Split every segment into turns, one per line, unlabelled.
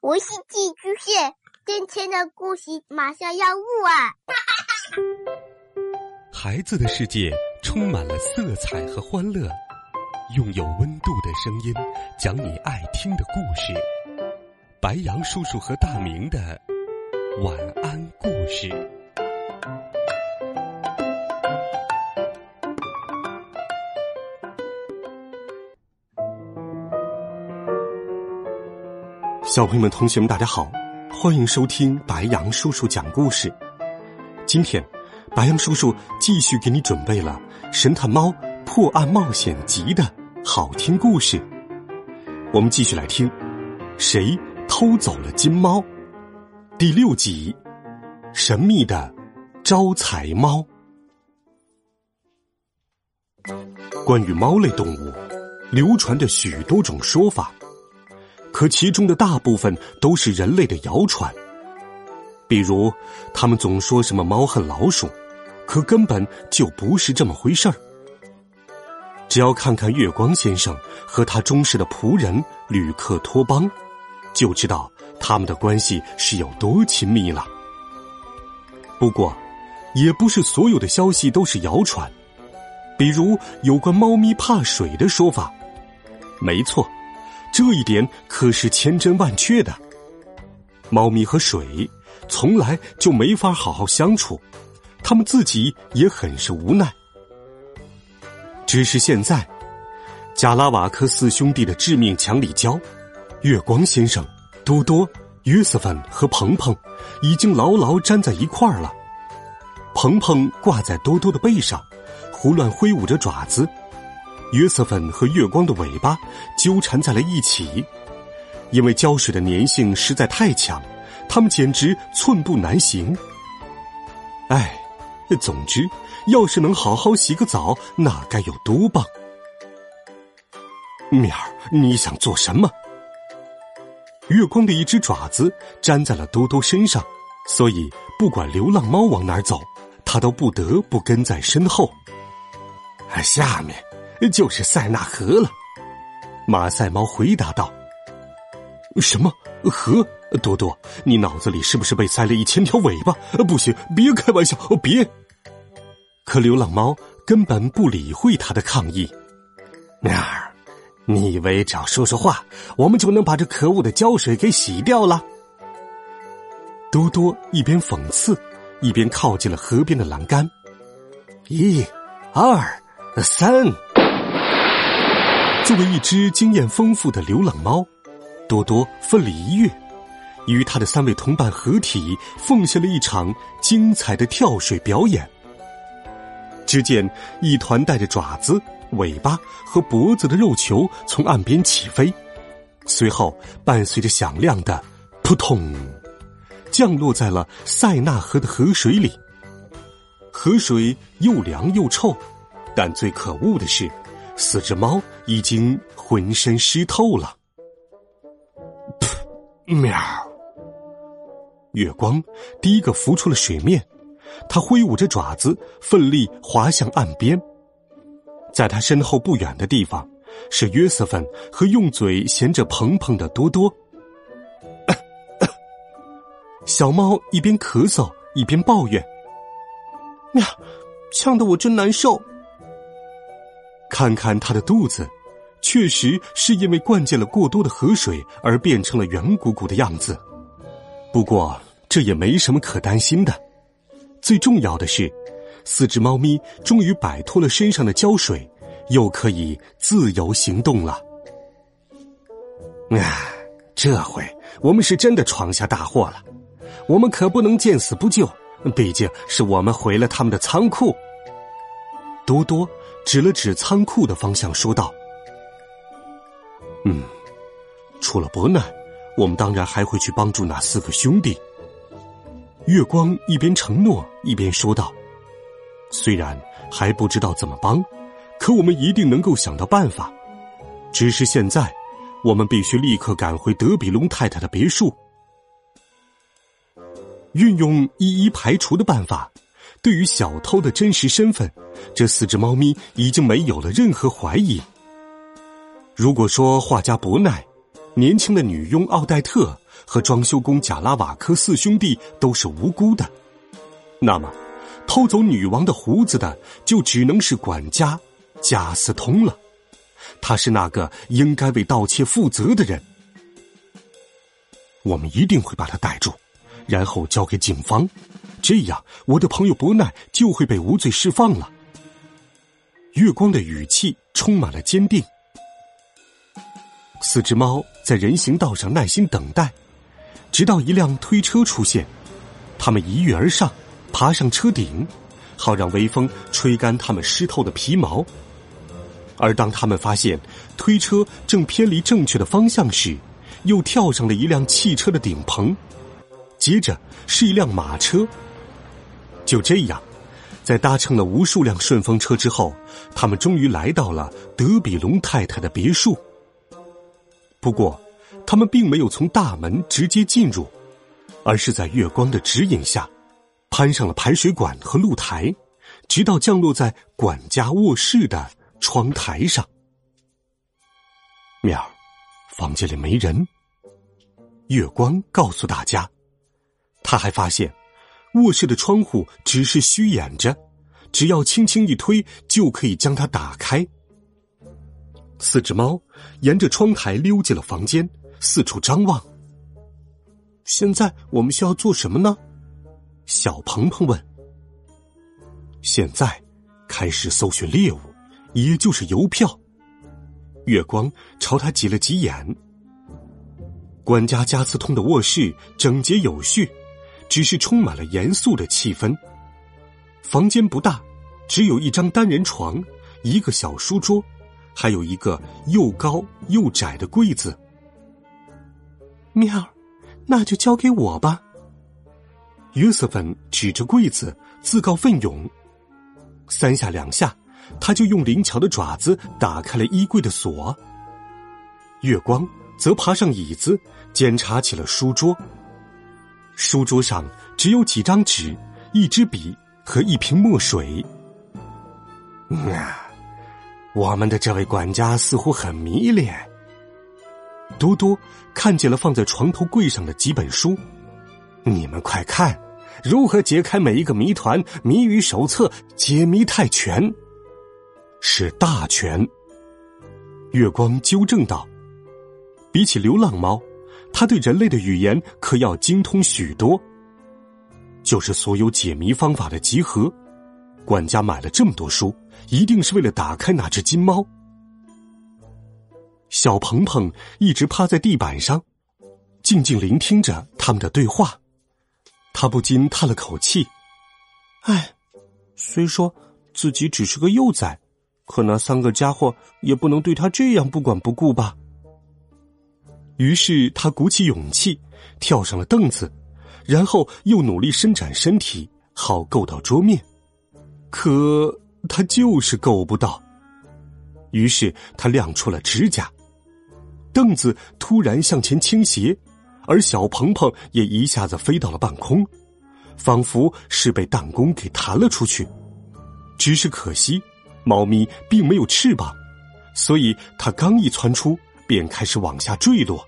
我是寄居蟹，今天的故事马上要录啊！
孩子的世界充满了色彩和欢乐，用有温度的声音讲你爱听的故事。白杨叔叔和大明的晚安故事。
小朋友们同学们大家好，欢迎收听白杨叔叔讲故事。今天白杨叔叔继续给你准备了神探猫破案冒险集的好听故事。我们继续来听谁偷走了金猫第6集，神秘的招财猫。关于猫类动物流传着许多种说法，可其中的大部分都是人类的谣传。比如他们总说什么猫恨老鼠，可根本就不是这么回事儿。只要看看月光先生和他忠实的仆人吕克托邦，就知道他们的关系是有多亲密了。不过也不是所有的消息都是谣传，比如有关猫咪怕水的说法，没错，这一点可是千真万确的。猫咪和水从来就没法好好相处，它们自己也很是无奈。只是现在，贾拉瓦克4兄弟的致命强力胶，月光先生、多多、约瑟芬和鹏鹏已经牢牢粘在一块儿了。鹏鹏挂在多多的背上，胡乱挥舞着爪子，约瑟芬和月光的尾巴纠缠在了一起，因为胶水的粘性实在太强，它们简直寸步难行。总之要是能好好洗个澡，那该有多棒。面儿，你想做什么？月光的一只爪子粘在了多多身上，所以不管流浪猫往哪儿走，它都不得不跟在身后。下面就是塞纳河了，马赛猫回答道。什么河？多多，你脑子里是不是被塞了1000条尾巴？不行，别开玩笑，别！可流浪猫根本不理会他的抗议。你以为只要说说话，我们就能把这可恶的胶水给洗掉了？多多一边讽刺，一边靠近了河边的栏杆。1、2、3。作为一只经验丰富的流浪猫，多多奋力一跃，与他的3位同伴合体，奉献了一场精彩的跳水表演。只见一团带着爪子、尾巴和脖子的肉球从岸边起飞，随后伴随着响亮的扑通，降落在了塞纳河的河水里。河水又凉又臭，但最可恶的是4只猫已经浑身湿透了。喵！月光第一个浮出了水面，他挥舞着爪子，奋力滑向岸边。在他身后不远的地方，是约瑟芬和用嘴衔着鹏鹏的多多。小猫一边咳嗽一边抱怨：喵，呛得我真难受。看看他的肚子，确实是因为灌进了过多的河水而变成了圆鼓鼓的样子。不过这也没什么可担心的，最重要的是4只猫咪终于摆脱了身上的胶水，又可以自由行动了。这回我们是真的闯下大祸了，我们可不能见死不救，毕竟是我们毁了他们的仓库。多多指了指仓库的方向说道。除了伯难，我们当然还会去帮助那4个兄弟。月光一边承诺一边说道，虽然还不知道怎么帮，可我们一定能够想到办法。只是现在我们必须立刻赶回德比龙太太的别墅。运用一一排除的办法，对于小偷的真实身份，这4只猫咪已经没有了任何怀疑。如果说画家伯奈、年轻的女佣奥黛特和装修工贾拉瓦科4兄弟都是无辜的，那么偷走女王的胡子的就只能是管家加斯通了。他是那个应该为盗窃负责的人。我们一定会把他逮住，然后交给警方，这样我的朋友伯奈就会被无罪释放了。月光的语气充满了坚定。4只猫在人行道上耐心等待，直到一辆推车出现，它们一跃而上，爬上车顶，好让微风吹干它们湿透的皮毛。而当他们发现推车正偏离正确的方向时，又跳上了一辆汽车的顶棚，接着是一辆马车。就这样，在搭乘了无数辆顺风车之后，他们终于来到了德比龙太太的别墅。不过他们并没有从大门直接进入，而是在月光的指引下攀上了排水管和露台，直到降落在管家卧室的窗台上。面儿，房间里没人。月光告诉大家，他还发现卧室的窗户只是虚掩着，只要轻轻一推就可以将它打开。4只猫沿着窗台溜进了房间，四处张望。现在我们需要做什么呢？小鹏鹏问。现在开始搜寻猎物，也就是邮票。月光朝他挤了挤眼。管家加斯通的卧室整洁有序，只是充满了严肃的气氛。房间不大，只有一张单人床，一个小书桌，还有一个又高又窄的柜子。喵儿，那就交给我吧。约瑟芬指着柜子自告奋勇，3下2下，他就用灵巧的爪子打开了衣柜的锁。月光则爬上椅子，检查起了书桌。书桌上只有几张纸、一支笔和一瓶墨水。我们的这位管家似乎很迷恋。多多看见了放在床头柜上的几本书。你们快看，如何解开每一个谜团、谜语手册、解谜泰拳。是大全。月光纠正道，比起流浪猫，他对人类的语言可要精通许多。就是所有解谜方法的集合。管家买了这么多书，一定是为了打开那只金猫。小鹏鹏一直趴在地板上，静静聆听着他们的对话。他不禁叹了口气，虽说自己只是个幼崽，可那3个家伙也不能对他这样不管不顾吧。于是他鼓起勇气跳上了凳子，然后又努力伸展身体，好够到桌面。可他就是够不到。于是他亮出了指甲，凳子突然向前倾斜，而小鹏鹏也一下子飞到了半空，仿佛是被弹弓给弹了出去。只是可惜，猫咪并没有翅膀，所以它刚一窜出，便开始往下坠落。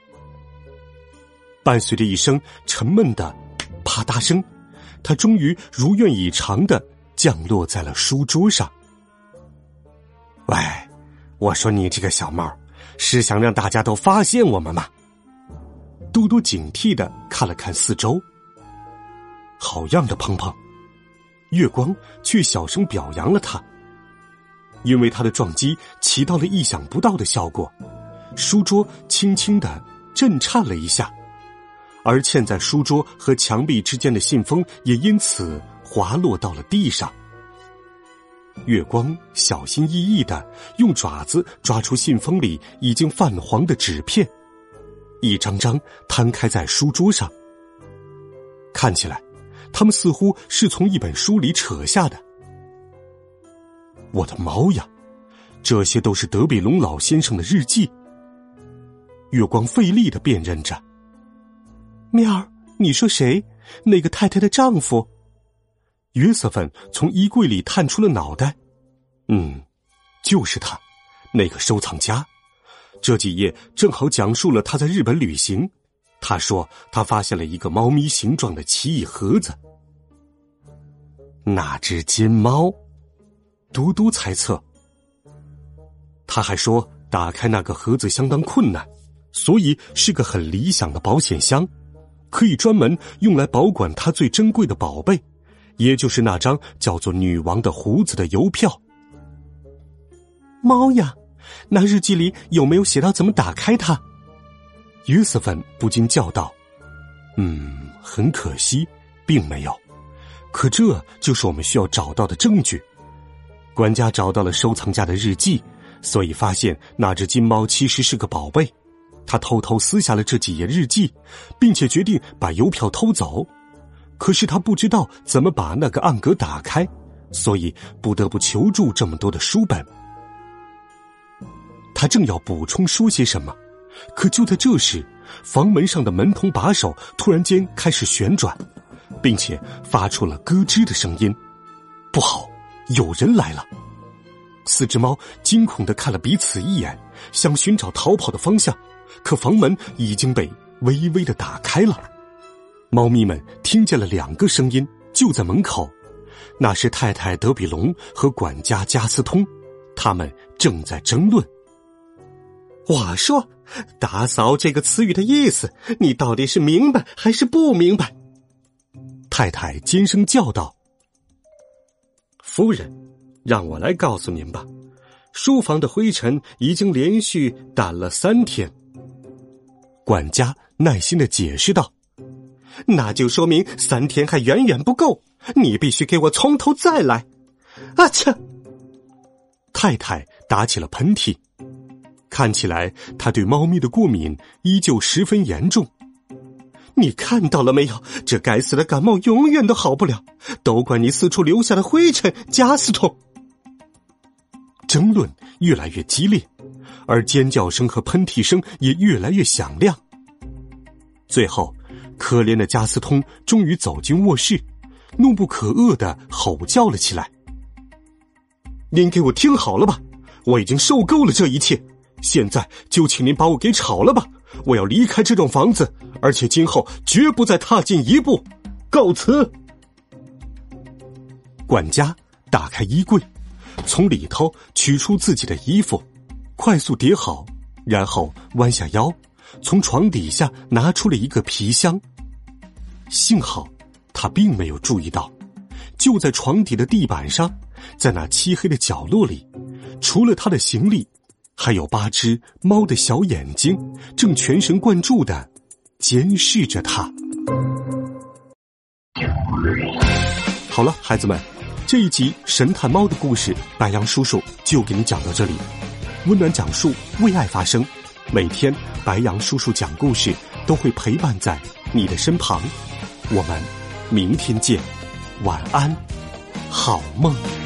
伴随着一声沉闷的啪嗒声，它终于如愿以偿地降落在了书桌上。喂，我说你这个小猫，是想让大家都发现我们吗？多多警惕地看了看四周。好样的，鹏鹏！月光却小声表扬了他，因为他的撞击起到了意想不到的效果，书桌轻轻地震颤了一下，而嵌在书桌和墙壁之间的信封也因此滑落到了地上。月光小心翼翼地用爪子抓出信封里已经泛黄的纸片，一张张摊开在书桌上。看起来他们似乎是从一本书里扯下的。我的猫呀，这些都是德比龙老先生的日记。月光费力地辨认着。喵儿，你说谁？那个太太的丈夫？约瑟芬从衣柜里探出了脑袋。就是他，那个收藏家。这几页正好讲述了他在日本旅行， 他说他发现了一个猫咪形状的奇异盒子。那只金猫？嘟嘟猜测。他还说打开那个盒子相当困难，所以是个很理想的保险箱，可以专门用来保管他最珍贵的宝贝，也就是那张叫做女王的胡子的邮票。猫呀，那日记里有没有写到怎么打开它？约瑟芬不禁叫道。很可惜，并没有。可这就是我们需要找到的证据。管家找到了收藏家的日记，所以发现那只金猫其实是个宝贝。他偷偷撕下了这几页日记，并且决定把邮票偷走。可是他不知道怎么把那个暗格打开，所以不得不求助这么多的书本。他正要补充说些什么，可就在这时，房门上的门筒把手突然间开始旋转，并且发出了咯吱的声音。不好，有人来了！四只猫惊恐地看了彼此一眼，想寻找逃跑的方向，可房门已经被微微地打开了。猫咪们听见了2个声音，就在门口，那是太太德比龙和管家加斯通，他们正在争论。我说，打扫这个词语的意思，你到底是明白还是不明白？太太尖声叫道。夫人，让我来告诉您吧，书房的灰尘已经连续掸了3天。管家耐心地解释道。那就说明3天还远远不够，你必须给我从头再来。啊切！太太打起了喷嚏，看起来她对猫咪的过敏依旧十分严重。你看到了没有？这该死的感冒永远都好不了，都怪你四处留下的灰尘，加斯通。争论越来越激烈，而尖叫声和喷嚏声也越来越响亮。最后，可怜的加斯通终于走进卧室，怒不可遏地吼叫了起来。您给我听好了吧，我已经受够了这一切，现在就请您把我给炒了吧，我要离开这幢房子，而且今后绝不再踏进一步，告辞。管家打开衣柜，从里头取出自己的衣服，快速叠好，然后弯下腰，从床底下拿出了一个皮箱。幸好他并没有注意到，就在床底的地板上，在那漆黑的角落里，除了他的行李，还有8只猫的小眼睛正全神贯注地监视着他。好了，孩子们，这一集神探猫的故事，白羊叔叔就给你讲到这里。温暖讲述，为爱发声，每天白羊叔叔讲故事都会陪伴在你的身旁。我们明天见，晚安，好梦。